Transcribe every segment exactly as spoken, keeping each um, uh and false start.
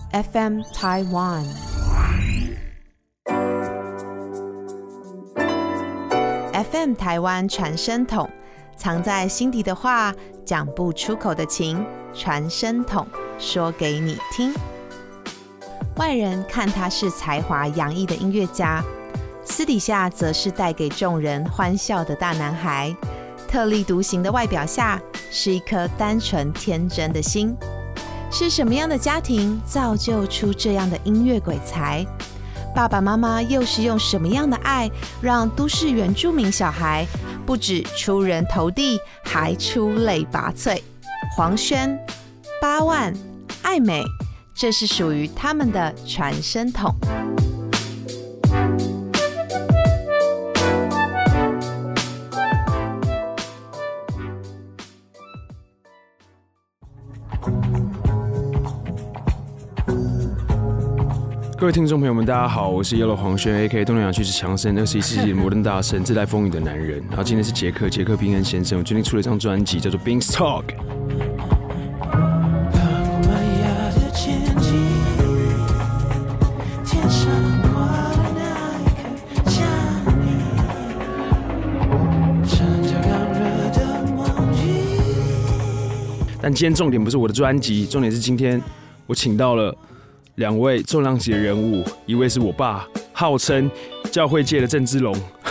F M Taiwan。F M 台湾传声筒，藏在心底的话，讲不出口的情，传声筒说给你听。外人看他是才华洋溢的音乐家，私底下则是带给众人欢笑的大男孩。特立独行的外表下，是一颗单纯天真的心。是什么样的家庭造就出这样的音乐鬼才？爸爸妈妈又是用什么样的爱，让都市原住民小孩不止出人头地，还出类拔萃？黄轩、八万、爱美，这是属于他们的传声筒。 各位听众朋友们，大家好，我是 Yellow 黄轩 A K A 东南亚巨石强森，二十一世纪的摩登大神，自带风雨的男人。然后今天是杰克，杰克宾恩先生，我最近出了一张专辑，叫做《Bing's Talk》。但今天重点不是我的专辑，重点是今天我请到了两位重量级的人物，一位是我爸，号称教会界的郑芝龙，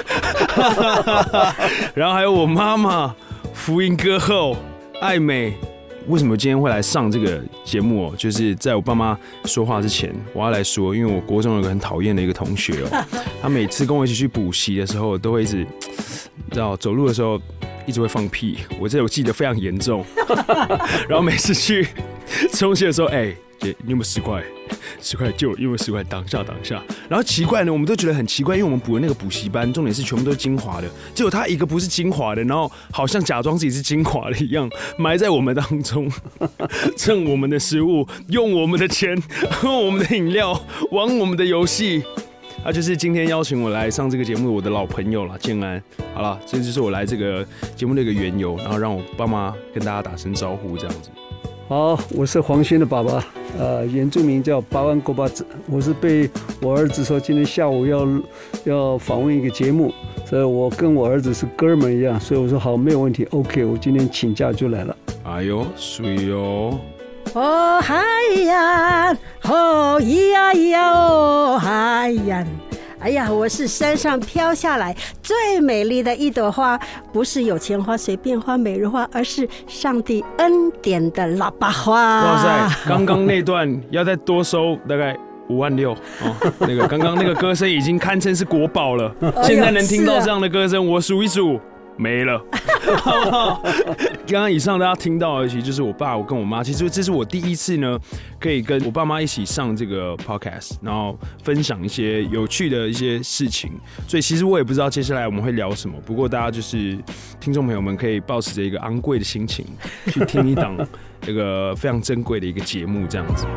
然后还有我妈妈，福音歌后爱美。为什么今天会来上这个节目？就是在我爸妈说话之前，我要来说，因为我国中有个很讨厌的一个同学哦，他每次跟我一起去补习的时候，都会一直，你知道，走路的时候一直会放屁，我这我记得非常严重。然后每次去吃东西的时候，哎、欸，姐，你有没有十块？十块就有没有十块？当下当下。然后奇怪呢，我们都觉得很奇怪，因为我们补的那个补习班，重点是全部都是精华的，只有他一个不是精华的，然后好像假装自己是精华的一样，埋在我们当中，蹭我们的食物，用我们的钱，喝我们的饮料，玩我们的游戏。他、啊、就是今天邀请我来上这个节目，我的老朋友啦，建安。好了，这就是我来这个节目的一个缘由，然后让我爸妈跟大家打声招呼，这样子。 好，我是黄轩的爸爸，呃，原住民叫八万狗巴子。我是被我儿子说今天下午要要访问一个节目，所以我跟我儿子是哥们一样，所以我说好，没有问题 ，OK， 我今天请假就来了。 哎呦，水哦！ 哦海呀，哦咿呀咿呀哦海呀。哎呀，我是山上飘下来最美丽的一朵花，不是有钱花、随便花、美人花，而是上帝恩典的喇叭花。 哇塞，刚刚那段要再多收大概五万六哦，那个刚刚那个歌声已经堪称是国宝了。现在能听到这样的歌声，我数一数。没了。刚刚以上大家听到的，其实就是我爸，我跟我妈。其实这是我第一次呢，可以跟我爸妈一起上这个 podcast， 然后分享一些有趣的一些事情。所以其实我也不知道接下来我们会聊什么。不过大家就是听众朋友们可以抱持着一个昂贵的心情去听一档这个非常珍贵的一个节目，这样子。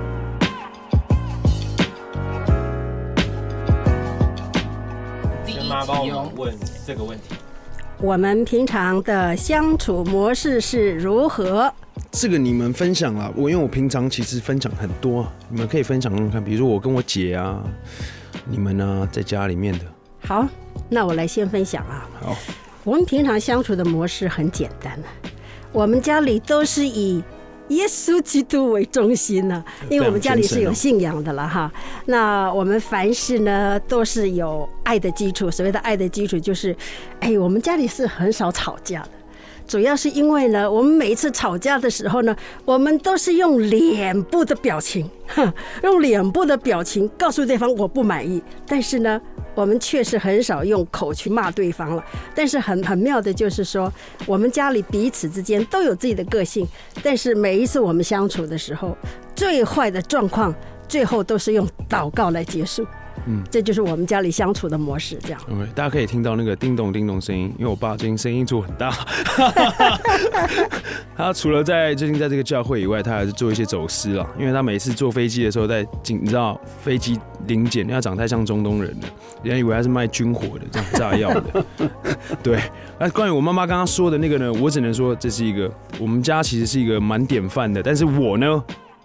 第一妈帮我们问这个问题。 我们平常的相处模式是如何？ 这个你们分享啦，我因为我平常其实分享很多，你们可以分享看看，比如说我跟我姐啊，你们呢、啊、在家里面的。 好，那我来先分享啊。 好， 我们平常相处的模式很简单啊，我们家里都是以耶稣基督为中心呢、啊，因为我们家里是有信仰的了哈。那我们凡事呢都是有爱的基础，所谓的爱的基础就是，哎，我们家里是很少吵架的。主要是因为呢，我们每一次吵架的时候呢，我们都是用脸部的表情，用脸部的表情告诉对方我不满意。但是呢，我们确实很少用口去骂对方了。但是很很妙的就是说，我们家里彼此之间都有自己的个性，但是每一次我们相处的时候，最坏的状况最后都是用祷告来结束。嗯，这就是我们家里相处的模式，这样。 OK， 大家可以听到那个叮咚叮咚声音，因为我爸最近声音做很大。他除了在最近在这个教会以外，他还是做一些走私啦。因为他每次坐飞机的时候在，你知道飞机零检，因为他长太像中东人了，人家以为他是卖军火的，这样炸药的。对，那关于我妈妈刚刚说的那个呢，我只能说这是一个我们家其实是一个蛮典范的，但是我呢。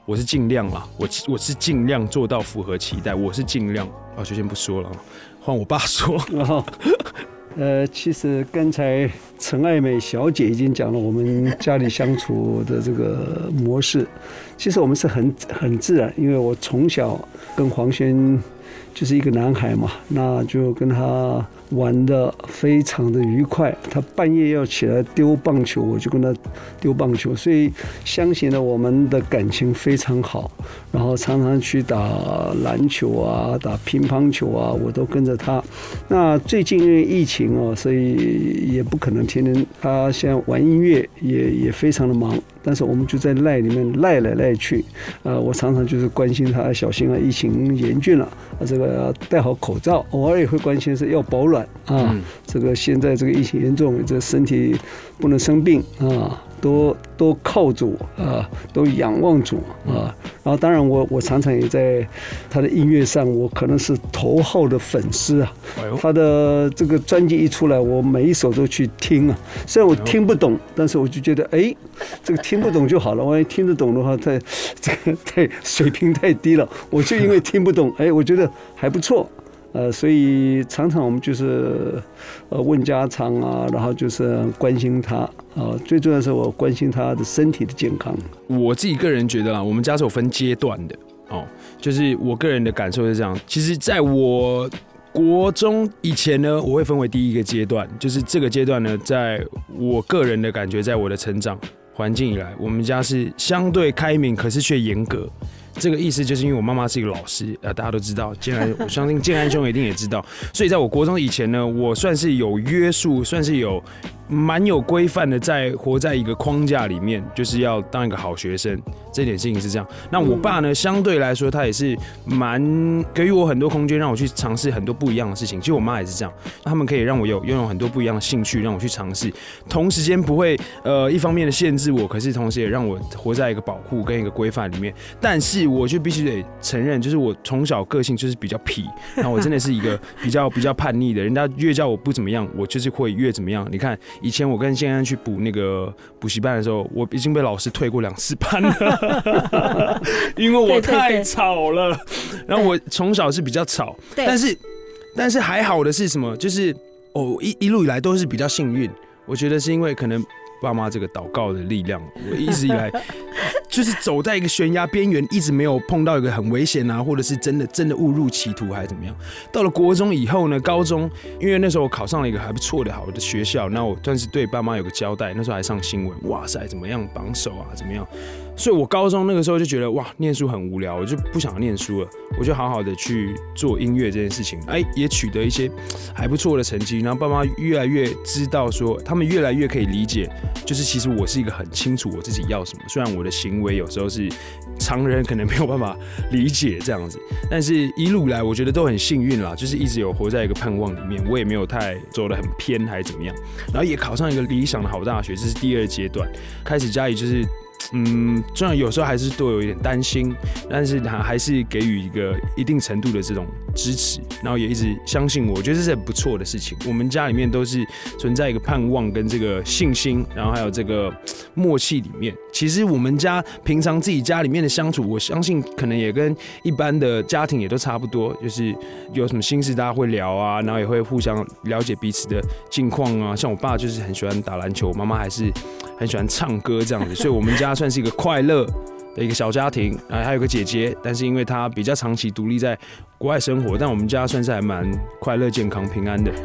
我是尽量啦，我我是尽量做到符合期待，我是尽量啊，就先不说了，换我爸说。 哦呃，其实刚才陈爱美小姐已经讲了我们家里相处的这个模式。其实我们是很很自然，因为我从小跟黄轩就是一个男孩嘛，那就跟他玩得非常的愉快。他半夜要起来丢棒球，我就跟他丢棒球，所以相信呢我们的感情非常好。然后常常去打篮球啊，打乒乓球啊，我都跟着他。那最近因为疫情哦，所以也不可能天天。他现在玩音乐也也非常的忙，但是我们就在赖里面赖来赖去。呃，我常常就是关心他，小心啊，疫情严峻了，啊，这个要戴好口罩。偶尔也会关心是要保暖啊，嗯、这个现在这个疫情严重，这身体不能生病啊。都都靠主啊，都仰望主啊。然后当然我我常常也在他的音乐上，我可能是头号的粉丝啊。他的这个专辑一出来，我每一首都去听啊。虽然我听不懂，但是我就觉得哎，这个听不懂就好了。万一听得懂的话，太这个太水平太低了。我就因为听不懂，哎，我觉得还不错。呃，所以常常我们就是呃问家常啊，然后就是关心他啊、呃，最重要的是我关心他的身体的健康。 我自己个人觉得啦，我们家是有分阶段的哦，就是我个人的感受是这样。其实，在我国中以前呢，我会分为第一个阶段，就是这个阶段呢，在我个人的感觉，在我的成长环境以来，我们家是相对开明，可是却严格。这个意思就是因为我妈妈是一个老师，呃，大家都知道，建安，我相信建安兄一定也知道，所以在我国中以前呢，我算是有约束，算是有蛮有规范的，在活在一个框架里面，就是要当一个好学生，这点事情是这样。那我爸呢，相对来说，他也是蛮给予我很多空间，让我去尝试很多不一样的事情。其实我妈也是这样，他们可以让我有拥有很多不一样的兴趣，让我去尝试，同时间不会呃一方面的限制我，可是同时也让我活在一个保护跟一个规范里面，但是。我就必须得承认，就是我从小个性就是比较痞，然后我真的是一个比较比较叛逆的，人家越叫我不怎么样，我就是会越怎么样。你看，以前我跟建安去补那个补习班的时候，我已经被老师退过两次班了，因为我太吵了。然后我从小是比较吵，但是但是还好的是什么？就是哦一一路以来都是比较幸运，我觉得是因为可能。爸妈这个祷告的力量，我一直以来就是走在一个悬崖边缘，一直没有碰到一个很危险啊，或者是真的真的误入歧途还是怎么样。到了国中以后呢，高中因为那时候我考上了一个还不错的好的学校，那我算是对爸妈有个交代。那时候还上新闻，哇塞，怎么样榜首啊，怎么样？所以我高中那个时候就觉得哇，念书很无聊，我就不想念书了，我就好好的去做音乐这件事情，哎，也取得一些还不错的成绩。然后爸妈越来越知道说，他们越来越可以理解。就是其实我是一个很清楚我自己要什么，虽然我的行为有时候是常人可能没有办法理解这样子，但是一路来我觉得都很幸运啦，就是一直有活在一个盼望里面，我也没有太走得很偏还是怎么样，然后也考上一个理想的好大学，这是第二阶段，开始家里就是。嗯，虽然有时候还是都有一点担心，但是他还是给予一个一定程度的这种支持，然后也一直相信我，我觉得这是很不错的事情。我们家里面都是存在一个盼望跟这个信心，然后还有这个默契里面。其实我们家平常自己家里面的相处，我相信可能也跟一般的家庭也都差不多，就是有什么心事大家会聊啊，然后也会互相了解彼此的近况啊。像我爸就是很喜欢打篮球，我妈妈还是很喜欢唱歌这样子，所以我们家算是一个快乐的一个小家庭，还有个姐姐，但是因为她比较长期独立在国外生活，但我们家算是还蛮快乐、健康、平安的。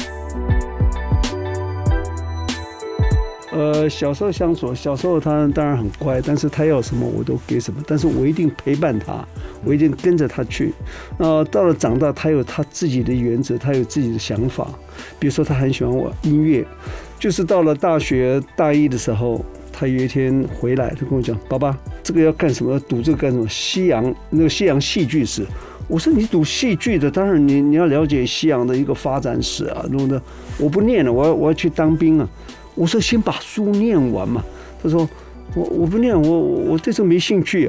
呃，小时候相处，小时候他当然很乖，但是他要什么我都给什么，但是我一定陪伴他，我一定跟着他去。呃，到了长大，他有他自己的原则，他有自己的想法。比如说，他很喜欢我音乐，就是到了大学大一的时候，他有一天回来，他跟我讲：“爸爸，这个要干什么？要读这个干什么？西洋那个西洋戏剧史。”我说：“你读戏剧的，当然你你要了解西洋的一个发展史啊，对不对？我不念了，我要我要去当兵啊。”我说先把书念完嘛。他说我我不念，我我对这没兴趣啊。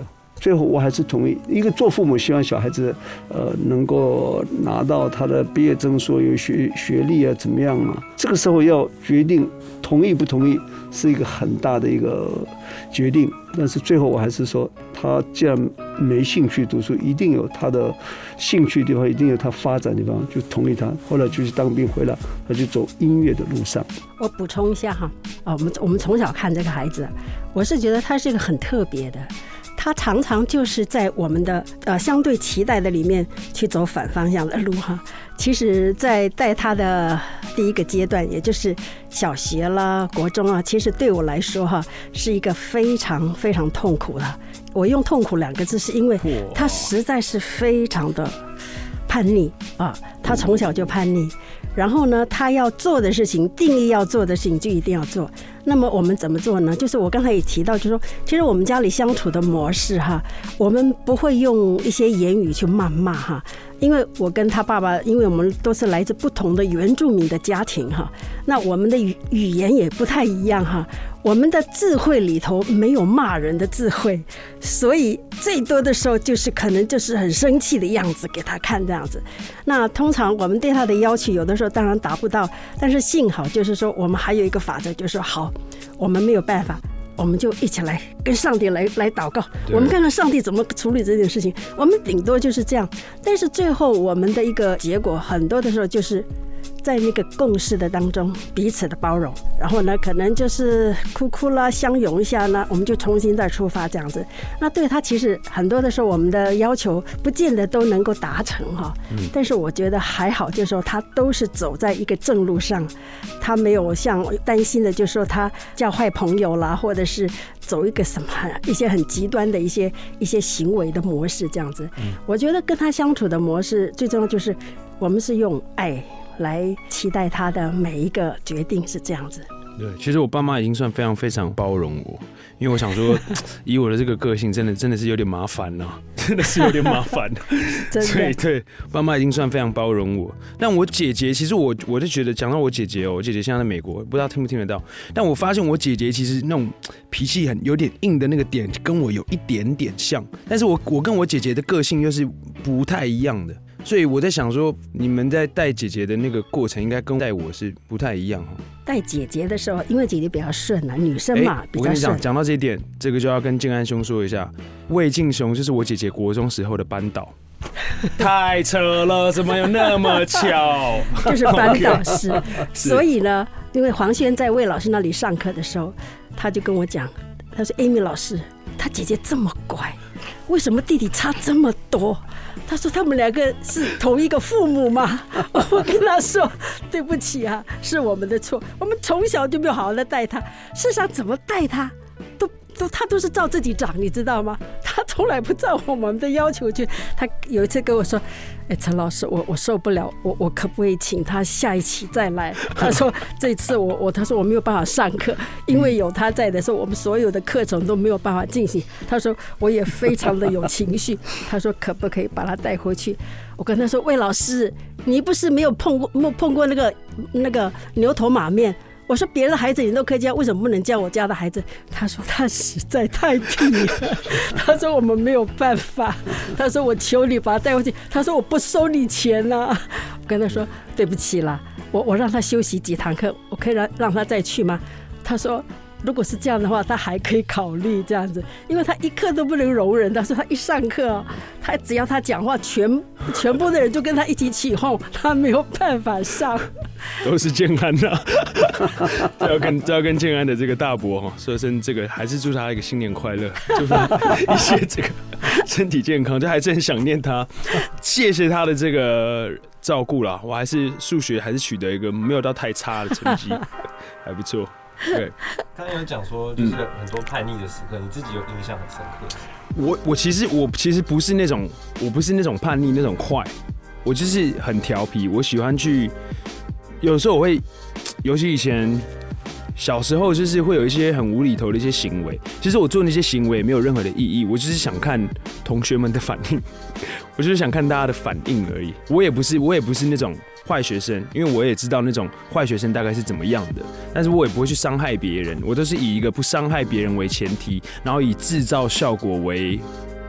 最后我还是同意，一个做父母希望小孩子呃能够拿到他的毕业证书，有学学历啊怎么样啊，这个时候要决定同意不同意是一个很大的一个决定。但是最后我还是说，他既然没兴趣读书，一定有他的兴趣的地方，一定有他发展的地方，就同意他。后来就去当兵回来，他就走音乐的路上。 我补充一下哈，啊，我们我们从小看这个孩子，我是觉得他是一个很特别的。他常常就是在我们的呃相对期待的里面去走反方向的路哈。其实，在带他的第一个阶段，也就是小学啦、国中啊，其实对我来说哈，是一个非常非常痛苦的。我用痛苦两个字，是因为他实在是非常的叛逆啊，他从小就叛逆。然后呢，他要做的事情，定义要做的事情就一定要做。那么我们怎么做呢？就是我刚才也提到，就是说，其实我们家里相处的模式哈，我们不会用一些言语去谩骂哈，因为我跟他爸爸，因为我们都是来自不同的原住民的家庭哈，那我们的语语言也不太一样哈。我们的智慧里头没有骂人的智慧，所以最多的时候就是可能就是很生气的样子给他看这样子。那通常我们对他的要求有的时候当然达不到，但是幸好就是说我们还有一个法则，就是说好，我们没有办法，我们就一起来跟上帝来来祷告，我们看看上帝怎么处理这件事情。我们顶多就是这样，但是最后我们的一个结果，很多的时候就是在那个共识的当中，彼此的包容，然后呢，可能就是哭哭啦，相拥一下呢，我们就重新再出发这样子。那对他其实很多的时候，我们的要求不见得都能够达成哈，但是我觉得还好，就是说他都是走在一个正路上，他没有像担心的，就是说他交坏朋友啦，或者是走一个什么一些很极端的一些一些行为的模式这样子。我觉得跟他相处的模式最重要就是我们是用爱来期待他的每一个决定，是这样子。 对，其实我爸妈已经算非常非常包容我，因为我想说，以我的这个个性，真的真的是有点麻烦了、啊，真的是有点麻烦。 真的， 对对，爸妈已经算非常包容我。但我姐姐，其实我我就觉得，讲到我姐姐哦，我姐姐现在在美国，不知道听不听得到。但我发现我姐姐其实那种脾气很有点硬的那个点，跟我有一点点像，但是我我跟我姐姐的个性又是不太一样的。所以我在想说，你们在带姐姐的那个过程，应该跟带我是不太一样哈。 带姐姐的时候，因为姐姐比较顺啊，女生嘛、欸、比较顺。我跟你讲， 讲到这一点，这个就要跟建安兄说一下，魏敬雄就是我姐姐国中时候的班导。太扯了，怎么有那么巧？ 就是班导师。所以呢，因为黄轩在魏老师那里上课的时候，他就跟我讲，他说 ：“Amy 老师，他姐姐这么乖，为什么弟弟差这么多？”他说他们两个是同一个父母吗？我跟他说对不起啊，是我们的错，我们从小就没有好好的带他，事实上怎么带他都都他都是照自己长，你知道吗？他从来不照我们的要求去。他有一次跟我说：“哎，陈老师，我我受不了，我我可不可以请他下一期再来？”他说：“这次我我他说我没有办法上课，因为有他在的时候，我们所有的课程都没有办法进行。”他说我也非常的有情绪，他说可不可以把他带回去？我跟他说：“魏老师，你不是没有碰过没碰过那个那个牛头马面？”我说别的孩子你都可以教，为什么不能教我家的孩子？他说他实在太皮了，他说我们没有办法，他说我求你把他带回去，他说我不收你钱啊。我跟他说对不起啦，我我让他休息几堂课，我可以让让他再去吗？他说如果是这样的话，他还可以考虑这样子，因为他一刻都不能容忍。他说他一上课、哦，他只要他讲话，全全部的人就跟他一起起哄，他没有办法上。 都是建安的、啊，就要跟就要跟建安的这个大伯哈说声这个，还是祝他一个新年快乐，祝他一些这个身体健康，就还是很想念他，谢谢他的这个照顾啦。我还是数学还是取得一个没有到太差的成绩，还不错。对， 刚刚有讲说，就是很多叛逆的时刻，你自己有印象很深刻。 我我其实我其实不是那种我不是那种叛逆那种坏，我就是很调皮，我喜欢去。有时候我会，尤其以前小时候，就是会有一些很无厘头的一些行为。其实我做那些行为没有任何的意义，我就是想看同学们的反应，我就是想看大家的反应而已。我也不是，我也不是那种坏学生，因为我也知道那种坏学生大概是怎么样的，但是我也不会去伤害别人，我都是以一个不伤害别人为前提，然后以制造效果为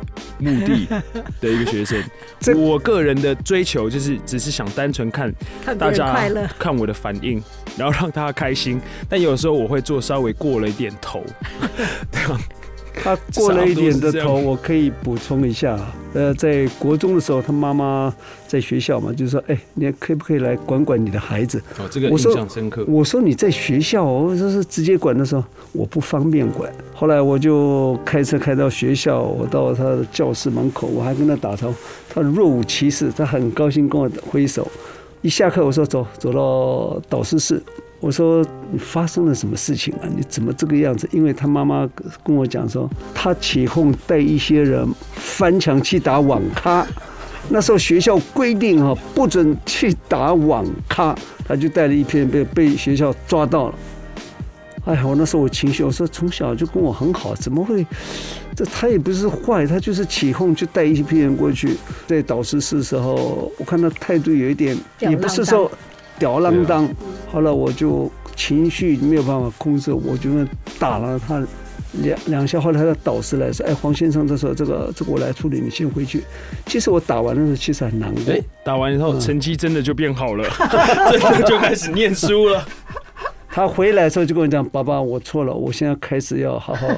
目的的一个学生。我个人的追求就是只是想单纯看大家看我的反应，然后让大家开心。但有时候我会做稍微过了一点头，这样。 他过了一点的头，我可以补充一下。呃，在国中的时候，他妈妈在学校嘛，就说：“哎、欸，你可不可以来管管你的孩子？” 哦，这个印象深刻。 我说你在学校，我说是直接管的时候，我不方便管。后来我就开车开到学校，我到他的教室门口，我还跟他打招呼，他若无其事，他很高兴跟我挥手。一下课，我说走，走到导师室。我说你发生了什么事情啊？你怎么这个样子？因为他妈妈跟我讲说，他起哄带一些人翻墙去打网咖。那时候学校规定哈，不准去打网咖，他就带了一批人被被学校抓到了。哎呀，我那时候我情绪，我说从小就跟我很好，怎么会？这他也不是坏，他就是起哄，就带一批人过去。在导师室的时候，我看他态度有一点，也不是说吊郎当。后来我就情绪没有办法控制，我就打了他两两下。后来他的导师来说：“哎，黄先生，这时候这个这个我来处理，你先回去。”其实我打完的时候其实很难过。 哎，打完以后成绩真的就变好了，真的就开始念书了。 他回来的时候就跟我讲：“爸爸，我错了，我现在开始要好好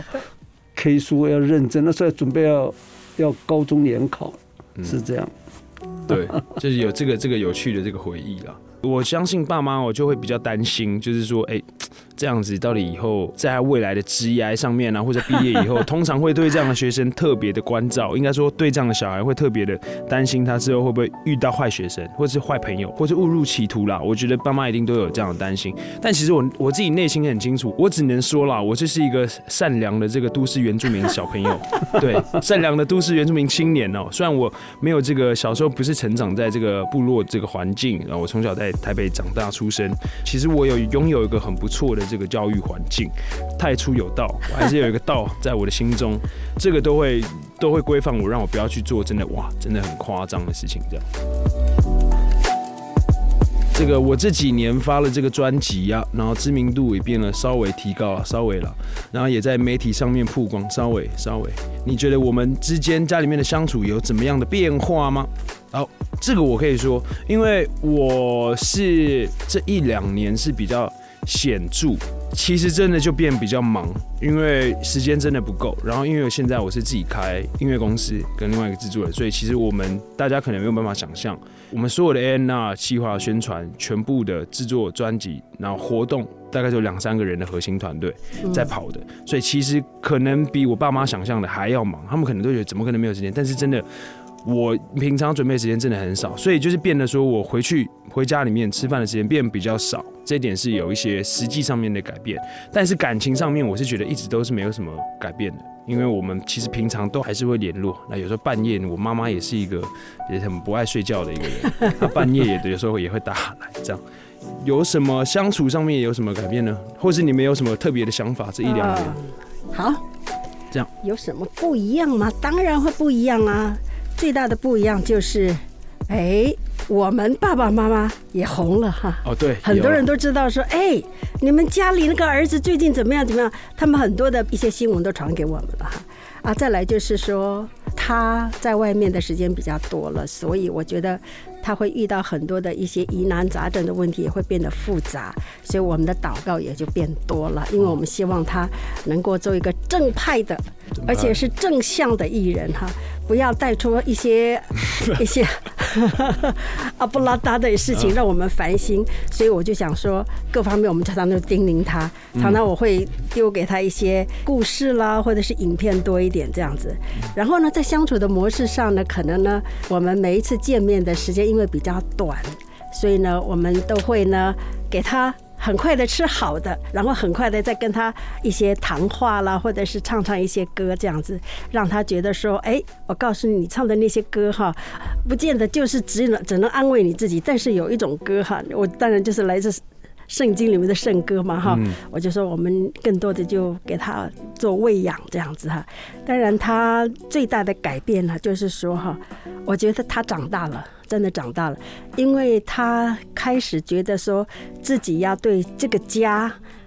K 书，要认真。那时候准备要要高中联考，是这样。 嗯”对，就是有这个这个有趣的这个回忆啦。我相信爸妈，我就会比较担心，就是说，哎、欸，这样子到底以后在未来的职业上面啊，或者毕业以后，通常会对这样的学生特别的关照，应该说对这样的小孩会特别的担心，他之后会不会遇到坏学生，或者是坏朋友，或者误入歧途啦。我觉得爸妈一定都有这样的担心，但其实我我自己内心很清楚，我只能说啦，我就是一个善良的这个都市原住民小朋友，对，善良的都市原住民青年哦、喔。虽然我没有这个小时候不是成长在这个部落这个环境，然后我从小在台北长大出生，其实我有拥有一个很不错的这个教育环境，太初有道，我还是有一个道在我的心中，这个都会都会规范我，让我不要去做真的哇，真的很夸张的事情这样。这个我这几年发了这个专辑啊，然后知名度也变得稍微提高了，稍微了，然后也在媒体上面曝光，稍微稍微。你觉得我们之间家里面的相处有怎么样的变化吗？好，这个我可以说，因为我是这一两年是比较显著，其实真的就变比较忙，因为时间真的不够。然后因为现在我是自己开音乐公司跟另外一个制作人，所以其实我们大家可能没有办法想象，我们所有的 A and R 企划宣传全部的制作专辑，然后活动大概就两三个人的核心团队在跑的，所以其实可能比我爸妈想象的还要忙。他们可能都觉得怎么可能没有时间，但是真的。我平常准备时间真的很少，所以就是变得说我回去回家里面吃饭的时间变比较少，这一点是有一些实际上面的改变。但是感情上面，我是觉得一直都是没有什么改变的，因为我们其实平常都还是会联络。那有时候半夜，我妈妈也是一个也很不爱睡觉的一个人，她半夜也有时候也会打来这样。有什么相处上面有什么改变呢？或是你们有什么特别的想法？这一两年、 呃，好，这样有什么不一样吗？当然会不一样啊。最大的不一样就是，哎，我们爸爸妈妈也红了哈。 哦，对， 很多人都知道说，哎，你们家里那个儿子最近怎么样怎么样？他们很多的一些新闻都传给我们了哈。啊，再来就是说，他在外面的时间比较多了，所以我觉得他会遇到很多的一些疑难杂症的问题，也会变得复杂，所以我们的祷告也就变多了，因为我们希望他能够做一个正派的，而且是正向的艺人哈。不要带出一些一些阿布拉达的事情，让我们烦心。所以我就想说，各方面我们常常都叮咛他，常常我会丢给他一些故事啦，或者是影片多一点这样子。然后呢，在相处的模式上呢，可能呢，我们每一次见面的时间因为比较短，所以呢，我们都会呢给他。很快的吃好的，然后很快的再跟他一些谈话啦，或者是唱唱一些歌，这样子让他觉得说，哎，我告诉你，你唱的那些歌哈，不见得就是只能只能安慰你自己，但是有一种歌哈，我当然就是来自圣经里面的圣歌嘛哈，我就说我们更多的就给他做喂养这样子哈。当然，他最大的改变呢，就是说哈，我觉得他长大了。真的长大了，因为他开始觉得说自己要对这个家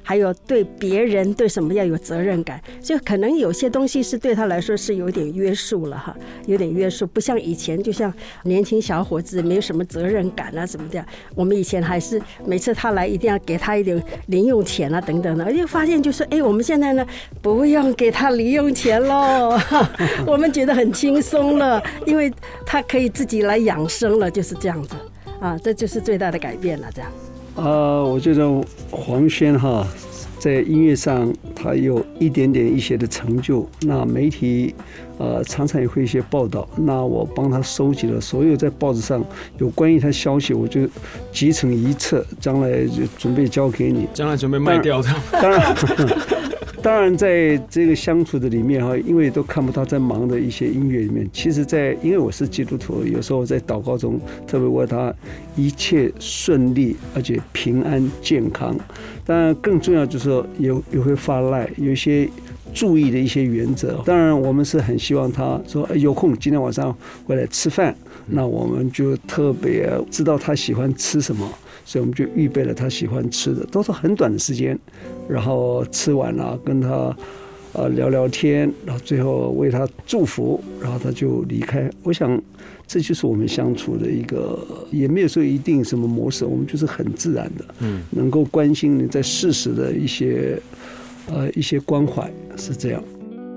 还有对别人对什么要有责任感，就可能有些东西是对他来说是有点约束了哈，有点约束，不像以前，就像年轻小伙子没有什么责任感啊什么的。我们以前还是每次他来一定要给他一点零用钱啊等等的，而且发现就是哎，我们现在呢不用给他零用钱喽，我们觉得很轻松了，因为他可以自己来养生了，就是这样子啊，这就是最大的改变了，这样。 呃，我觉得黄轩哈，在音乐上他有一点点一些的成就，那媒体呃常常也会一些报道，那我帮他收集了所有在报纸上有关于他消息，我就集成一册，将来就准备交给你， 将来准备卖掉的。 当然。当然，在这个相处的里面哈，因为都看不到在忙的一些音乐里面，其实在，在因为我是基督徒，有时候在祷告中，特别为他一切顺利，而且平安健康。当然，更重要就是说有也会发赖，有一些注意的一些原则。当然，我们是很希望他说有空今天晚上回来吃饭，那我们就特别知道他喜欢吃什么。所以我们就预备了他喜欢吃的，都是很短的时间，然后吃完了跟他呃聊聊天，然后最后为他祝福，然后他就离开。我想这就是我们相处的一个，也没有说一定什么模式，我们就是很自然的，嗯，能够关心你在事实的一些呃一些关怀，是这样。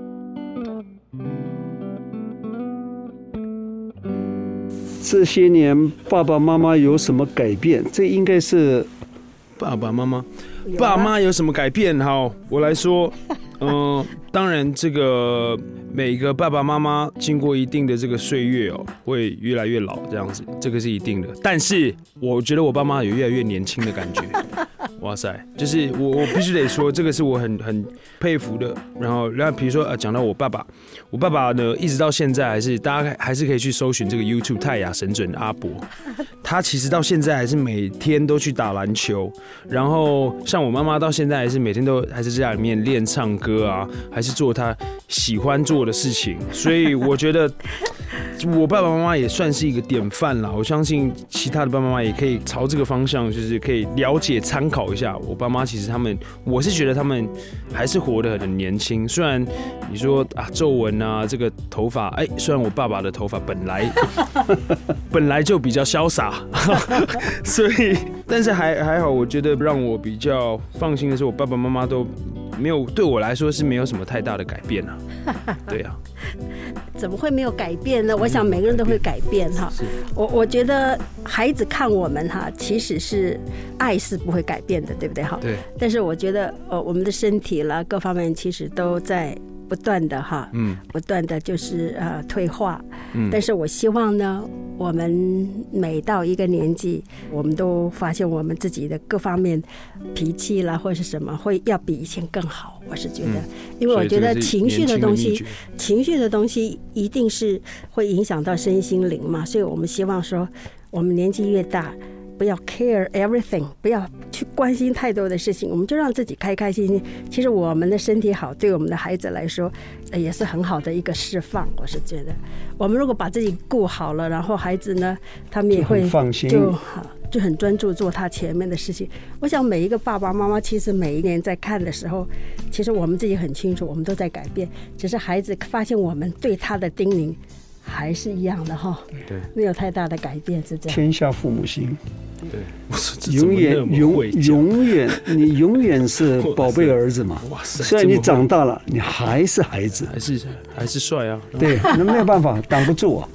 这些年爸爸妈妈有什么改变？这应该是爸爸妈妈，爸妈有什么改变？好，我来说，嗯、呃，当然这个每个爸爸妈妈经过一定的这个岁月哦，会越来越老，这样子，这个是一定的。但是我觉得我爸妈有越来越年轻的感觉。哇塞，就是我我必须得说，这个是我很很佩服的。然后，然后比如说呃，讲到我爸爸，我爸爸呢，一直到现在还是大家还是可以去搜寻这个 YouTube 泰雅神准阿伯，他其实到现在还是每天都去打篮球。然后像我妈妈到现在还是每天都还是在家里面练唱歌啊，还是做他喜欢做的事情。所以我觉得我爸爸妈妈也算是一个典范啦。我相信其他的爸爸妈妈也可以朝这个方向，就是可以了解参考一下。我爸妈其实他们，我是觉得他们还是活得很年轻。虽然你说啊皱纹啊，这个头发，哎，虽然我爸爸的头发本来本来就比较潇洒，所以但是还还好，我觉得让我比较放心的是，我爸爸妈妈都没有对我来说是没有什么太大的改变啊。对啊。 怎么会没有改变呢？我想每个人都会改变哈。我我觉得孩子看我们哈，其实是爱是不会改变的，对不对哈？ 对。 但是我觉得呃，我们的身体啦，各方面其实都在不断的哈，嗯，不断的就是呃退化。嗯。但是我希望呢，我们每到一个年纪，我们都发现我们自己的各方面脾气啦或者是什么，会要比以前更好。我是觉得，因为我觉得情绪的东西，情绪的东西一定是会影响到身心灵嘛，所以我们希望说，我们年纪越大，不要 care everything， 不要去关心太多的事情，我们就让自己开开心心。其实我们的身体好，对我们的孩子来说，也是很好的一个释放。我是觉得，我们如果把自己顾好了，然后孩子呢，他们也会放心， 就好。就很专注做他前面的事情。我想每一个爸爸妈妈其实每一年在看的时候，其实我们自己很清楚，我们都在改变，只是孩子发现我们对他的叮咛还是一样的哈，对，没有太大的改变，是这样。 天下父母心， 对， 永远永永远你永远是宝贝儿子嘛。虽然你长大了，你还是孩子， 还是还是帅啊。 对，那没有办法，挡不住我。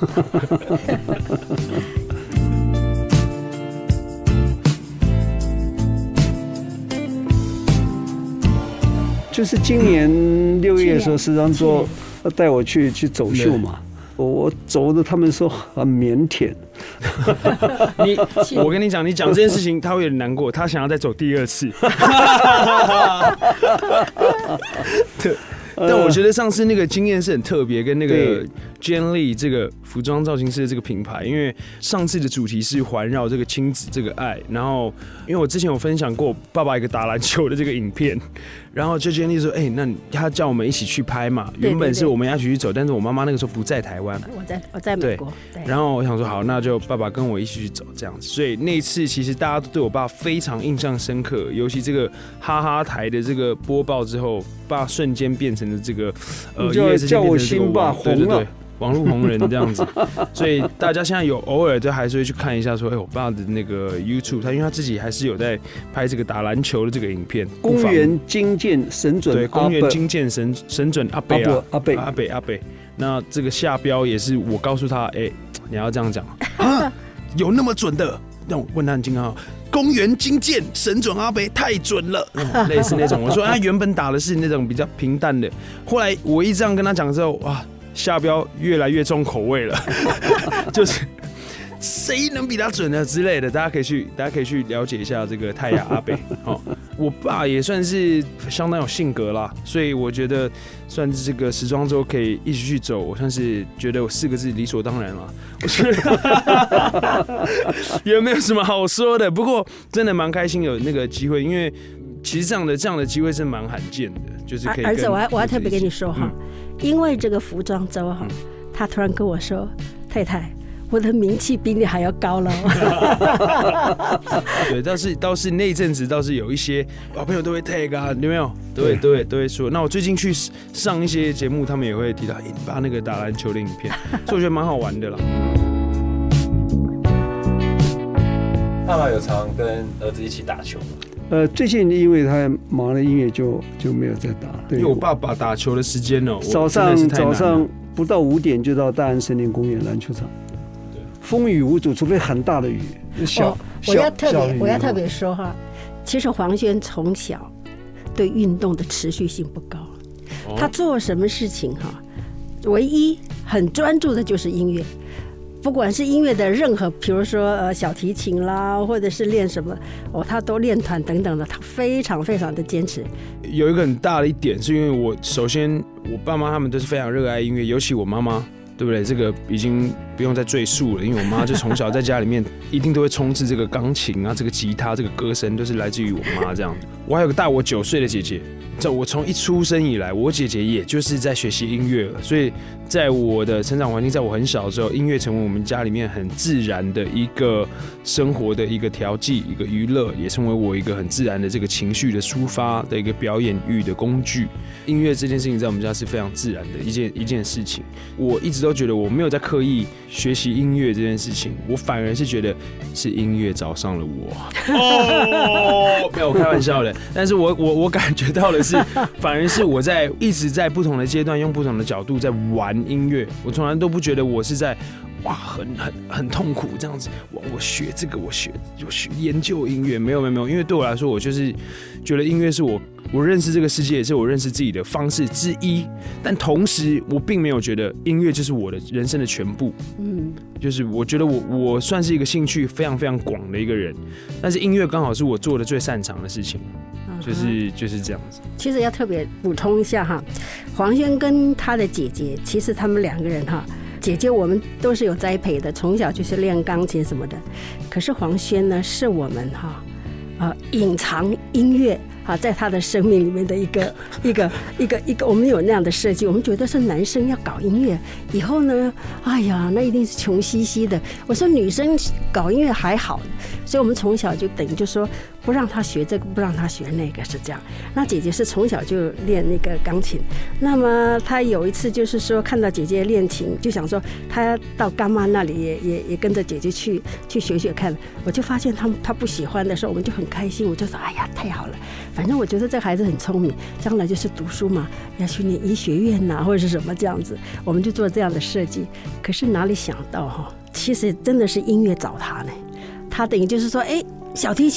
就是今年六月的时候，时常说带我去去走秀嘛，我走的他们说很腼腆。 你，我跟你讲，你讲这件事情，他会有点难过，他想要再走第二次。对， 但我觉得上次那个经验是很特别，跟那个 Jen Lee 这个服装造型师的这个品牌，因为上次的主题是环绕这个亲子这个爱，然后因为我之前有分享过爸爸一个打篮球的这个影片，然后就 Jen Lee 说，哎、欸，那他叫我们一起去拍嘛，原本是我们要一起去走，但是我妈妈那个时候不在台湾， 我在我在美国，对， 然后我想说好，那就爸爸跟我一起去走这样子，所以那一次其实大家都对我爸非常印象深刻，尤其这个哈哈台的这个播报之后，爸瞬间变成了这个呃， 叫叫我新爸红了， 对对对，网络红人这样子，所以大家现在有偶尔都还是会去看一下说，哎、欸，我爸的那个 YouTube， 他因为他自己还是有在拍这个打篮球的这个影片， 公园精健神准， 对，公园精健神神准阿北啊， 阿北阿北阿北，那这个下标也是我告诉他，哎、欸，你要这样讲啊，有那么准的？让我问他很惊讶。公园精健神准阿北太准了、嗯，类似那种。我说他原本打的是那种比较平淡的，后来我一这样跟他讲之后，哇，下标越来越重口味了，就是谁能比他准呢之类的，大家可以去，大家可以去了解一下这个泰雅阿北。哦，我爸也算是相当有性格啦，所以我觉得算是这个时装周可以一起去走，我算是觉得我四个字理所当然了。我觉得也没有什么好说的，不过真的蛮开心有那个机会，因为其实这样的这样的机会是蛮罕见的，就是可以跟。 儿子，我还我还特别跟你说哈、嗯，因为这个服装周哈、嗯，他突然跟我说，太太。我的名气比你还要高了。 对，倒是倒是那阵子倒是有一些好朋友都会 tag 啊，有没有？都会都会都会说。那我最近去上一些节目，他们也会提到，哎、欸，你爸那个打篮球的影片，所以我觉得蛮好玩的啦。 爸爸有常跟儿子一起打球吗？ 呃，最近因为他忙了音乐就，就就没有再打。 因为我爸爸打球的时间哦、喔， 早上早上不到五点就到大安森林公园篮球场。风雨无阻，除非很大的雨。小， 哦、我要特别我要特别说哈，其实黄轩从小对运动的持续性不高，哦、他做什么事情哈，唯一很专注的就是音乐。不管是音乐的任何，比如说呃小提琴啦，或者是练什么，哦，他都练团等等的，他非常非常的坚持。 有一个很大的一点，是因为我首先我爸妈他们都是非常热爱音乐，尤其我妈妈。对不对？这个已经不用再赘述了，因为我妈就从小在家里面一定都会充斥这个钢琴啊、这个吉他、这个歌声，都是来自于我妈这样子。我还有个大我九岁的姐姐，在我从一出生以来，我姐姐也就是在学习音乐了，所以在我的成长环境，在我很小的时候，音乐成为我们家里面很自然的一个生活的一个调剂、一个娱乐，也成为我一个很自然的这个情绪的抒发的一个表演欲的工具。音乐这件事情在我们家是非常自然的一件一件事情，我一直都觉得我没有在刻意学习音乐这件事情，我反而是觉得是音乐找上了我。哦，没有，我开玩笑的，但是我我我感觉到的是，反而是我在一直在不同的阶段用不同的角度在玩音乐，我从来都不觉得我是在。哇，很很很痛苦这样子。我我学这个，我学我学研究音乐，没有没有没有，因为对我来说，我就是觉得音乐是我我认识这个世界，也是我认识自己的方式之一。但同时，我并没有觉得音乐就是我的人生的全部。嗯，就是我觉得我我算是一个兴趣非常非常广的一个人，但是音乐刚好是我做的最擅长的事情。就是就是这样子。 其实要特别补充一下哈，黄轩跟他的姐姐，其实他们两个人哈。姐姐我们都是有栽培的，从小就是练钢琴什么的。可是黄轩呢，是我们哈，呃，隐藏音乐啊，在他的生命里面的一个一个一个一个，我们有那样的设计。我们觉得是男生要搞音乐，以后呢，哎呀，那一定是穷兮兮的。我说女生搞音乐还好，所以我们从小就等于就说不让他学这个，不让他学那个，是这样。那姐姐是从小就练那个钢琴，那么她有一次就是说看到姐姐练琴，就想说她到干妈那里也也也跟着姐姐去去学学看。我就发现她她不喜欢的时候，我们就很开心，我就说哎呀太好了，反正我觉得这个孩子很聪明，将来就是读书嘛，要去念医学院呐、啊、或者是什么这样子，我们就做这样的设计。可是哪里想到哈，其实真的是音乐找他呢，他等于就是说哎。小提琴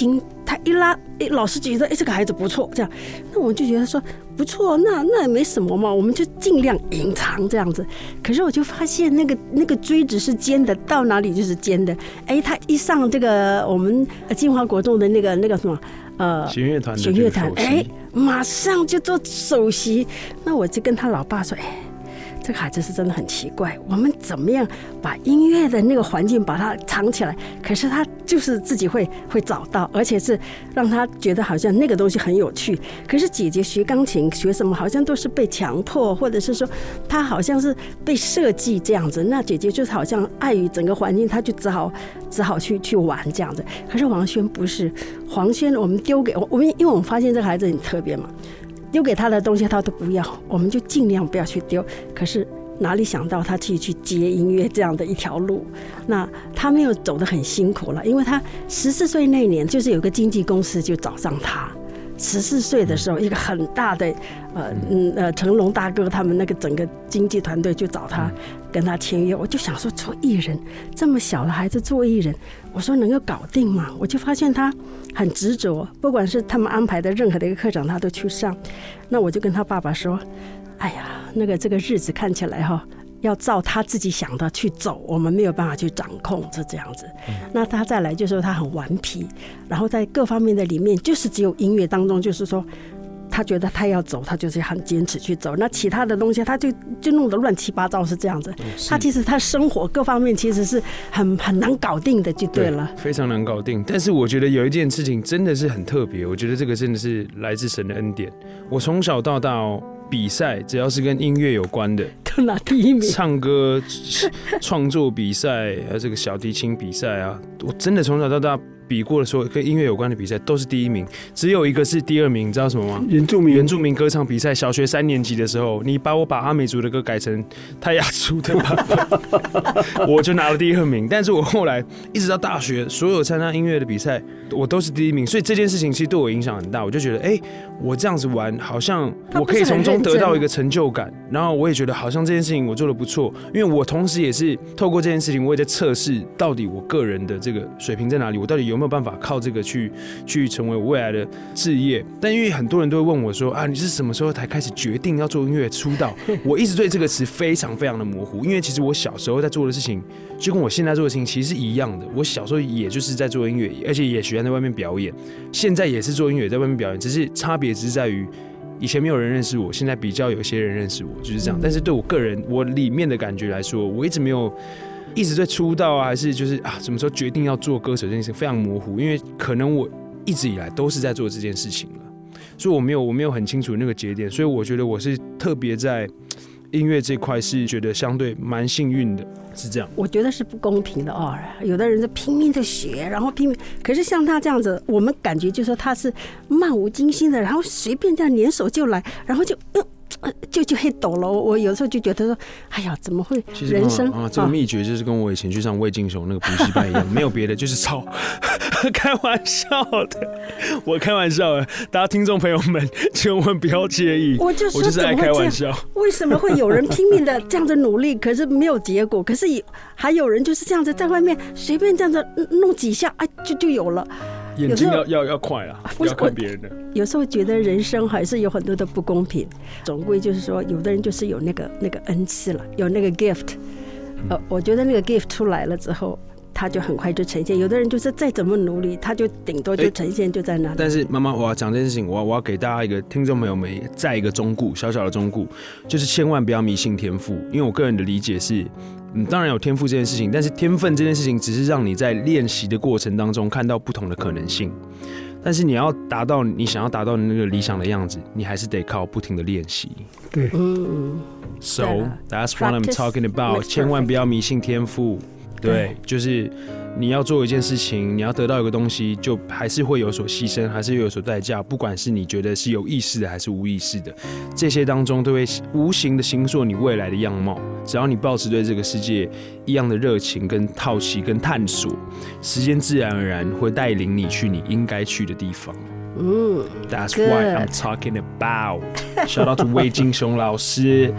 他一拉，哎，老师觉得哎这个孩子不错，这样，那我就觉得说不错，那那也没什么嘛，我们就尽量隐藏这样子。可是我就发现那个那个锥子是尖的，到哪里就是尖的。哎，他一上这个我们金华国中的那个那个什么呃弦乐团， 弦乐团，哎，马上就做首席。那我就跟他老爸说，哎。这个孩子是真的很奇怪，我们怎么样把音乐的那个环境把它藏起来？可是他就是自己会会找到，而且是让他觉得好像那个东西很有趣。可是姐姐学钢琴学什么，好像都是被强迫，或者是说她好像是被设计这样子。那姐姐就是好像碍于整个环境，她就只好只好去去玩这样子。可是黄轩不是，黄轩我们丢给我们，因为我们发现这个孩子很特别嘛。丢给他的东西他都不要，我们就尽量不要去丢。可是哪里想到他去去接音乐这样的一条路，那他没有走得很辛苦了，因为他十四岁那年就是有个经纪公司就找上他。十四岁的时候，一个很大的呃嗯呃成龙大哥他们那个整个经纪团队就找他跟他签约。我就想说做艺人，这么小的孩子做艺人，我说能够搞定吗？我就发现他很执着，不管是他们安排的任何的一个课程他都去上。那我就跟他爸爸说，哎呀，那个这个日子看起来哈要照他自己想的去走，我们没有办法去掌控，是这样子。那他再来就是说他很顽皮，然后在各方面的里面，就是只有音乐当中，就是说他觉得他要走，他就是很坚持去走。那其他的东西，他就就弄得乱七八糟，是这样子。他其实他生活各方面其实是很很难搞定的，就对了。 对，非常难搞定。但是我觉得有一件事情真的是很特别，我觉得这个真的是来自神的恩典。我从小到大哦，比赛只要是跟音乐有关的， 都拿第一名。 唱歌、创作比赛，还有这个小提琴比赛啊，我真的从小到大比过的时候，跟音乐有关的比赛都是第一名，只有一个是第二名，你知道什么吗？ 原住民原住民歌唱比赛，小学三年级的时候，你把我把阿美族的歌改成泰雅族的版本，我就拿了第二名。但是我后来一直到大学，所有参加音乐的比赛，我都是第一名，所以这件事情其实对我影响很大。我就觉得，哎、欸，我这样子玩，好像我可以从中得到一个成就感，然后我也觉得好像这件事情我做得不错，因为我同时也是透过这件事情，我也在测试到底我个人的这个水平在哪里，我到底有没有办法靠这个去去成为我未来的志业。但因为很多人都会问我说啊，你是什么时候才开始决定要做音乐出道？我一直对这个词非常非常的模糊，因为其实我小时候在做的事情，就跟我现在做的事情其实是一样的。我小时候也就是在做音乐，而且也喜欢在外面表演，现在也是做音乐在外面表演，只是差别只是在于。以前没有人认识我，现在比较有些人认识我，就是这样。但是对我个人，我里面的感觉来说，我一直没有一直对出道啊，还是就是啊，什么时候决定要做歌手这件事情非常模糊，因为可能我一直以来都是在做这件事情了，所以我没有我没有很清楚那个节点，所以我觉得我是特别在音乐这块是觉得相对蛮幸运的，是这样。 我觉得是不公平的哦，有的人是拼命的学，然后拼命，可是像他这样子，我们感觉就是说他是漫无经心的，然后随便这样联手就来，然后就嗯。就就黑抖了，我有时候就觉得说，哎呀，怎么会人生啊？这个秘诀就是跟我以前去上魏晋雄那个补习班一样，没有别的，就是抄。开玩笑的，我开玩笑的，大家听众朋友们千万不要介意， 我就说我就是爱开玩笑。 为什么会有人拼命的这样子努力，可是没有结果？可是还有人就是这样子在外面随便这样子弄几下，哎，就就有了。 眼睛要要要快啦，不要看别人的。 有时候觉得人生还是有很多的不公平，总归就是说，有的人就是有那个那个恩赐了，有那个 gift。呃，我觉得那个 gift 出来了之后，他就很快就呈现。有的人就是再怎么努力，他就顶多就呈现就在那里。 但是妈妈，我要讲这件事情，我要我要给大家一个听众朋友们再一个忠告，小小的忠告，就是千万不要迷信天赋，因为我个人的理解是。嗯，当然有天赋这件事情，但是天分这件事情只是让你在练习的过程当中看到不同的可能性。但是你要达到你想要达到的那个理想的样子，你还是得靠不停的练习。 对， 嗯 ，So that's what I'm talking about。千万不要迷信天赋。对，就是你要做一件事情，你要得到一个东西，就还是会有所牺牲，还是有所代价。不管是你觉得是有意识的，还是无意识的，这些当中都会无形的形塑你未来的样貌。只要你抱持对这个世界一样的热情、跟好奇、跟探索，时间自然而然会带领你去你应该去的地方。 嗯 ，That's what I'm talking about。Shout out to 魏晋雄老师。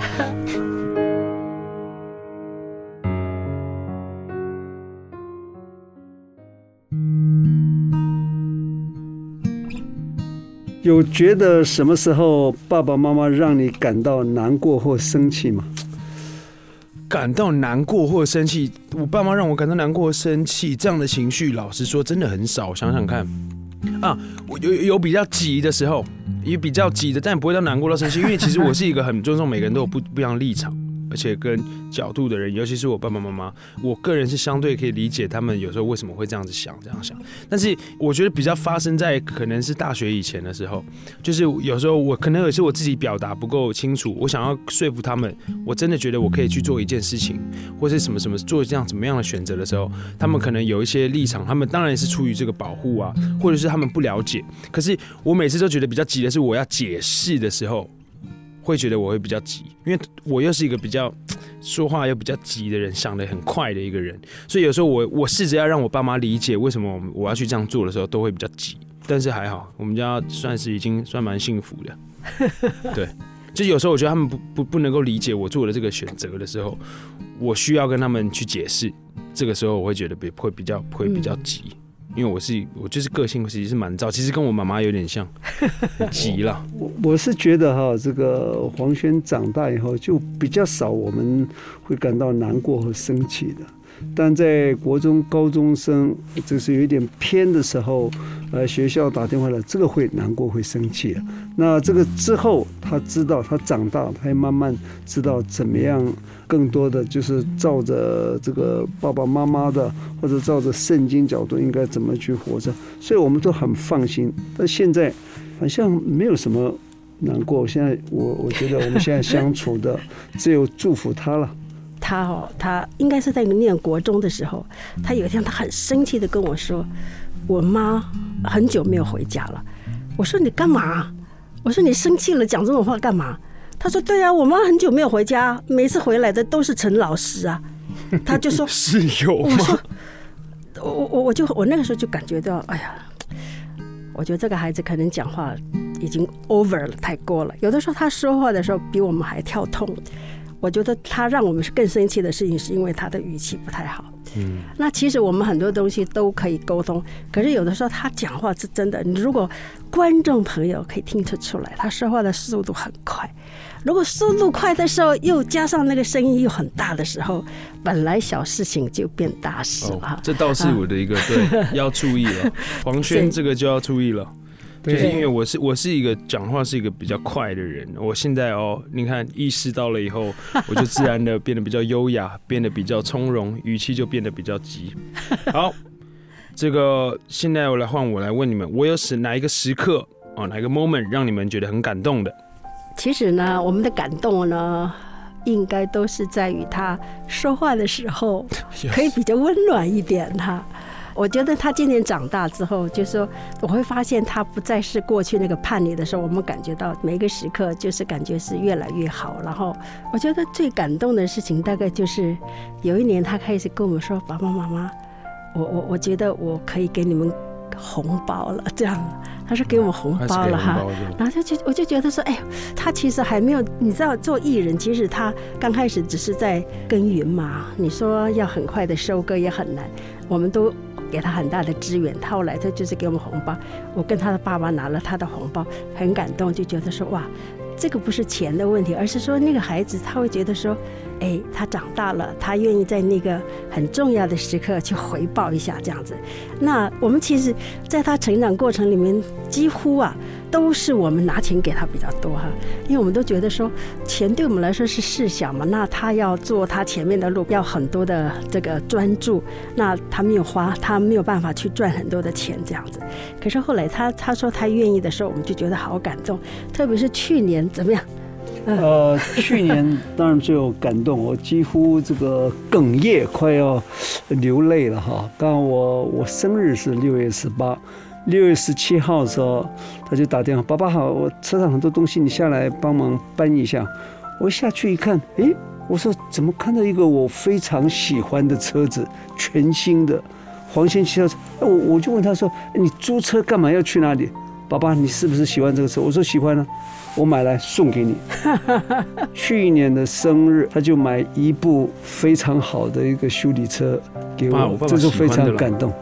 有觉得什么时候爸爸妈妈让你感到难过或生气吗？ 感到难过或生气，我爸妈让我感到难过或生气，这样的情绪，老实说真的很少。想想看，啊，我有有比较急的时候，也比较急的，但不会到难过到生气，因为其实我是一个很尊重每个人都有不不一样的立场，而且跟角度的人，尤其是我爸爸妈妈，我个人是相对可以理解他们有时候为什么会这样子想，这样想。但是我觉得比较发生在可能是大学以前的时候，就是有时候我可能也是我自己表达不够清楚，我想要说服他们，我真的觉得我可以去做一件事情，或是什么什么做这样怎么样的选择的时候，他们可能有一些立场，他们当然也是出于这个保护啊，或者是他们不了解。可是我每次都觉得比较急的是我要解释的时候。会觉得我会比较急，因为我又是一个比较说话又比较急的人，想得很快的一个人，所以有时候我我试着要让我爸妈理解为什么我要去这样做的时候，都会比较急。但是还好，我们家算是已经算蛮幸福的。对，就有时候我觉得他们不不不能够理解我做的这个选择的时候，我需要跟他们去解释。这个时候我会觉得会比较会比较急。嗯，因为我是我就是个性其实是蛮躁，其实跟我妈妈有点像，很急了。 我我是觉得哈，这个黄轩长大以后就比较少我们会感到难过和生气的，但在国中高中生这是有一点偏的时候，呃，学校打电话来，这个会难过会生气的。那这个之后，他知道他长大，他也慢慢知道怎么样，更多的就是照着这个爸爸妈妈的，或者照着圣经角度应该怎么去活着，所以我们都很放心。但现在好像没有什么难过。现在我我觉得我们现在相处的只有祝福他了。 他哦，他应该是在念国中的时候，他有一天他很生气的跟我说，我妈很久没有回家了。我说你干嘛？我说你生气了讲这种话干嘛？他说对啊，我妈很久没有回家，每次回来的都是陈老师啊。他就说是有吗？ 我说我我我就我那个时候就感觉到，哎呀，我觉得这个孩子可能讲话已经 over 了，太过了。有的时候他说话的时候比我们还跳痛。我觉得他让我们更生气的事情是因为他的语气不太好。嗯，那其实我们很多东西都可以沟通，可是有的时候他讲话是真的，你如果观众朋友可以听得出来，他说话的速度很快。如果速度快的时候，又加上那个声音又很大的时候，本来小事情就变大事了。哦， 这倒是我的一个、啊、对要注意了。黄轩这个就要注意了。就是因为我是我是一个讲话是一个比较快的人，我现在哦，你看意识到了以后，我就自然的变得比较优雅，变得比较从容，语气就变得比较急。好，这个现在我来换我来问你们，我有时哪一个时刻哦，哪一个 moment 让你们觉得很感动的？ 其实呢，我们的感动呢，应该都是在于他说话的时候可以比较温暖一点哈。我觉得他今年长大之后，就是说我会发现他不再是过去那个叛逆的时候，我们感觉到每一个时刻就是感觉是越来越好。然后我觉得最感动的事情大概就是有一年他开始跟我们说，爸爸妈妈，我我我觉得我可以给你们红包了，这样。他说给我们红包了哈，然后就我就觉得说，哎呦，他其实还没有，你知道做艺人，其实他刚开始只是在耕耘嘛，你说要很快的收割也很难，我们都给他很大的资源，他后来他就是给我们红包，我跟他的爸爸拿了他的红包，很感动，就觉得说哇，这个不是钱的问题，而是说那个孩子他会觉得说，哎，他长大了，他愿意在那个很重要的时刻去回报一下这样子。那我们其实在他成长过程里面，几乎啊都是我们拿钱给他比较多哈，因为我们都觉得说钱对我们来说是事小嘛，那他要做他前面的路，要很多的这个专注，那他没有花，他没有办法去赚很多的钱这样子。可是后来他他说他愿意的时候，我们就觉得好感动，特别是去年怎么样？ 呃，去年当然最有感动，我几乎这个哽咽，快要流泪了哈。刚好我我生日是六月十八，六月十七号的时候，他就打电话，爸爸好，我车上很多东西，你下来帮忙搬一下。我下去一看，诶，我说怎么看到一个我非常喜欢的车子，全新的黄先汽车，我我就问他说，你租车干嘛要去哪里？爸爸，你是不是喜欢这个车？我说喜欢啊，我买来送给你。去年的生日，他就买一部非常好的一个修理车给我，这就非常感动。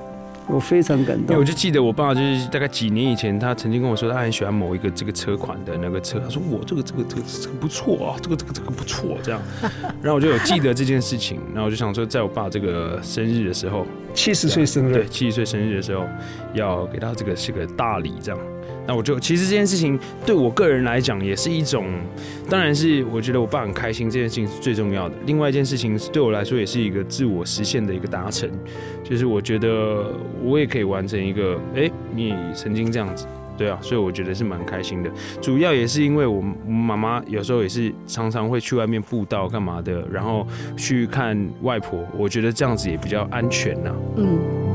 我非常感动。 因为我就记得我爸就是大概几年以前，他曾经跟我说，他很喜欢某一个这个车款的那个车，他说我这个这个这个这个不错啊，这个这个这个不错这样。然后我就有记得这件事情，然后我就想说，在我爸这个生日的时候， 七十岁生日， 对，七十岁生日的时候，要给他这个是个大礼这样。那我就其实这件事情对我个人来讲也是一种，当然是我觉得我爸很开心，这件事情是最重要的。另外一件事情对我来说也是一个自我实现的一个达成，就是我觉得我也可以完成一个，哎、欸，你曾经这样子，对啊，所以我觉得是蛮开心的。主要也是因为我妈妈有时候也是常常会去外面布道干嘛的，然后去看外婆，我觉得这样子也比较安全呐、啊。嗯。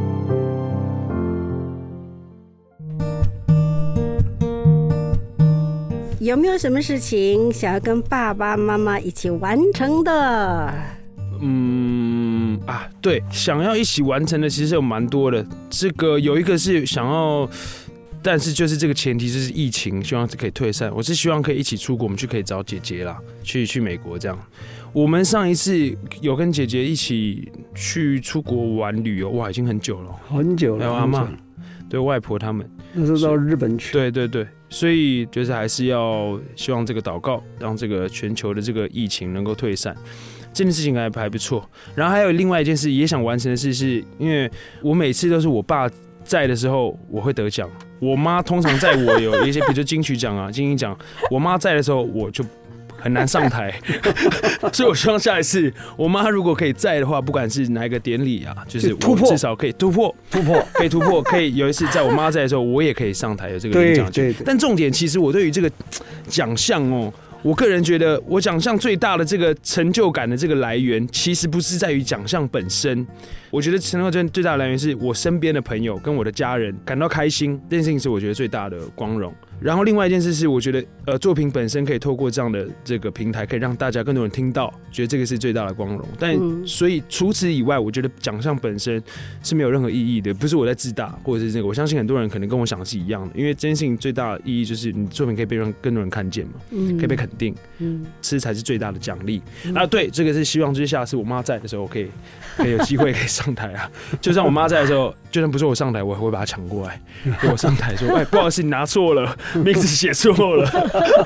有没有什么事情想要跟爸爸妈妈一起完成的？ 嗯啊，对，想要一起完成的其实有蛮多的。这个有一个是想要，但是就是这个前提就是疫情，希望可以退散。我是希望可以一起出国，我们去可以找姐姐啦，去去美国这样。我们上一次有跟姐姐一起去出国玩旅游，哇，已经很久了， 很久了。 还有阿嬷，对外婆他们， 那是到日本去。 对对对。所以就是还是要希望这个祷告，让这个全球的这个疫情能够退散，这件事情还还不错。然后还有另外一件事也想完成的事，是因为我每次都是我爸在的时候我会得奖，我妈通常在我有一些比如说金曲奖啊、金鹰奖，我妈在的时候我就很难上台，所以我希望下一次我妈如果可以在的话，不管是哪一个典礼啊，就是我至少可以突破， 突破， 可以突破，可以有一次在我妈在的时候，我也可以上台有这个领奖权。但重点其实我对于这个奖项哦，我个人觉得我奖项最大的这个成就感的这个来源，其实不是在于奖项本身。我觉得成就感最大的来源是我身边的朋友跟我的家人感到开心，这件事情是我觉得最大的光荣。然后另外一件事是，我觉得呃作品本身可以透过这样的这个平台，可以让大家更多人听到，觉得这个是最大的光荣。但、嗯、所以除此以外，我觉得奖项本身是没有任何意义的，不是我在自大，或者是这个，我相信很多人可能跟我想的是一样的。因为这件事情最大的意义就是你作品可以被让更多人看见嘛，嗯、可以被肯定，嗯，这才是最大的奖励、嗯、啊。对，这个是希望就是下次我妈在的时候，可以可以有机会可以上台啊。就算我妈在的时候，就算不是我上台，我也会把她抢过来，给我上台说：“哎，不好意思，你拿错了，名字写错了。”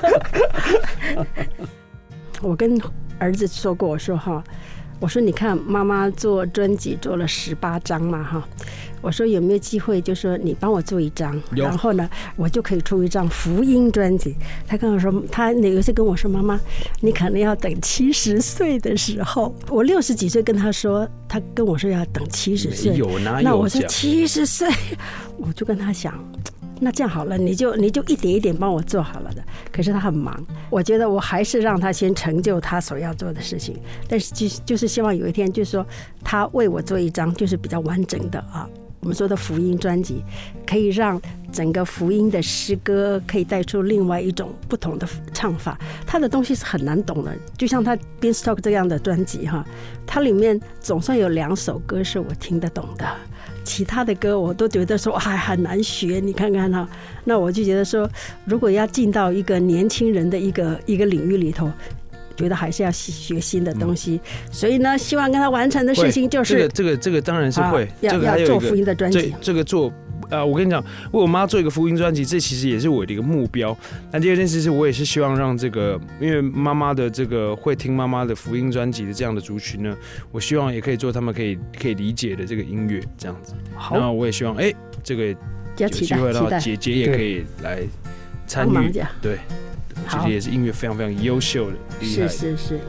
我跟儿子说过，我说哈，我说你看妈妈做专辑做了十八张嘛哈，我说有没有机会，就说你帮我做一张，然后呢，我就可以出一张福音专辑。他跟我说，他有一次跟我说，妈妈，你可能要等七十岁的时候。我六十几岁跟他说，他跟我说要等七十岁， 有哪有？ 那我说七十岁，我就跟他想。那这样好了，你就你就一点一点帮我做好了的。可是他很忙，我觉得我还是让他先成就他所要做的事情。但是就就是希望有一天，就是说他为我做一张就是比较完整的啊，我们说的福音专辑，可以让整个福音的诗歌可以带出另外一种不同的唱法。他的东西是很难懂的，就像他 Beanstalk 这样的专辑哈，它里面总算有两首歌是我听得懂的。其他的歌我都觉得说还很难学，你看看哈，那我就觉得说，如果要进到一个年轻人的一个一个领域里头，觉得还是要学新的东西。嗯、所以呢，希望跟他完成的事情就是这个这个这个当然是会，啊、 要、 这个还有要做福音的专辑， 这个做。呃，我跟你讲，为我妈做一个福音专辑，这其实也是我的一个目标。那第二件事是我也是希望让这个，因为妈妈的这个会听妈妈的福音专辑的这样的族群呢，我希望也可以做他们可以可以理解的这个音乐这样子。好，那我也希望，哎、欸，这个有机会到姐姐也可以来参与，对，姐姐也是音乐非常非常优秀的，厉害的。 是是是。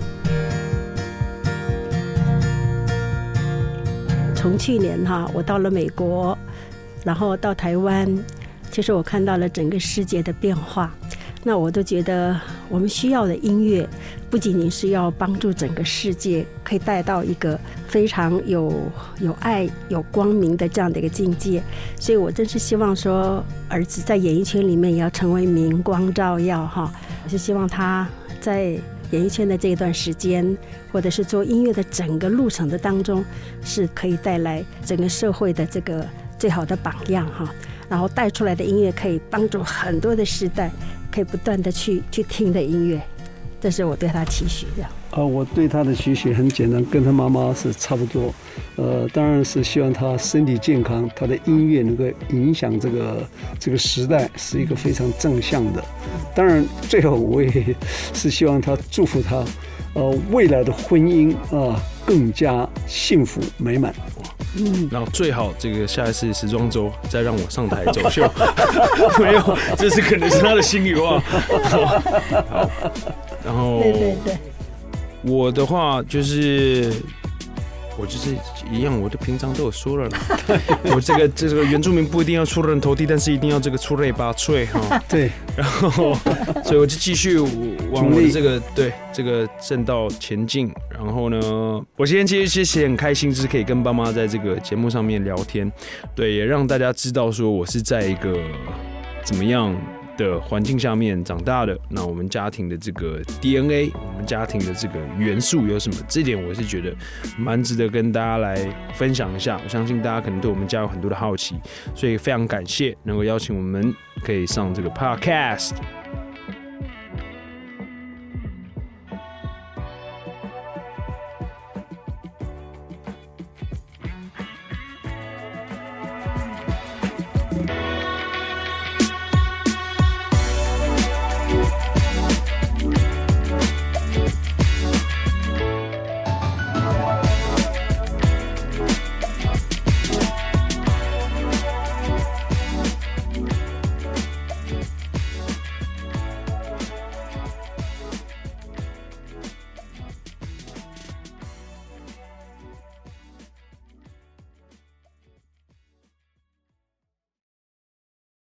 从去年哈，我到了美国，然后到台湾，其实我看到了整个世界的变化。那我都觉得我们需要的音乐，不仅仅是要帮助整个世界，可以带到一个非常有有爱、有光明的这样的一个境界。所以我真是希望说，儿子在演艺圈里面也要成为明光照耀哈。我是希望他在演艺圈的这一段时间，或者是做音乐的整个路程的当中，是可以带来整个社会的这个最好的榜样哈。然后带出来的音乐可以帮助很多的世代，可以不断的去去听的音乐，这是我对他期许的。 啊，我对他的期许很简单，跟他妈妈是差不多。呃，当然是希望他身体健康，他的音乐能够影响这个这个时代，是一个非常正向的。当然，最后我也是希望他祝福他，呃，未来的婚姻啊、呃、更加幸福美满。 嗯，然后最好这个下一次时装周再让我上台走秀，没有，这是可能是他的心里话。好，然后对对对。 我的话就是，我就是一样，我的平常都有说了啦。我这个这个原住民不一定要出人头地，但是一定要这个出类拔萃哈。 对， 然后所以我就继续往我的这个对这个正道前进。然后呢，我今天其实其实很开心，就是可以跟爸妈在这个节目上面聊天，对，也让大家知道说我是在一个怎么样的环境下面长大的，那我们家庭的这个 D N A， 我们家庭的这个元素有什么？这点我是觉得蛮值得跟大家来分享一下。我相信大家可能对我们家有很多的好奇，所以非常感谢能够邀请我们可以上这个 Podcast。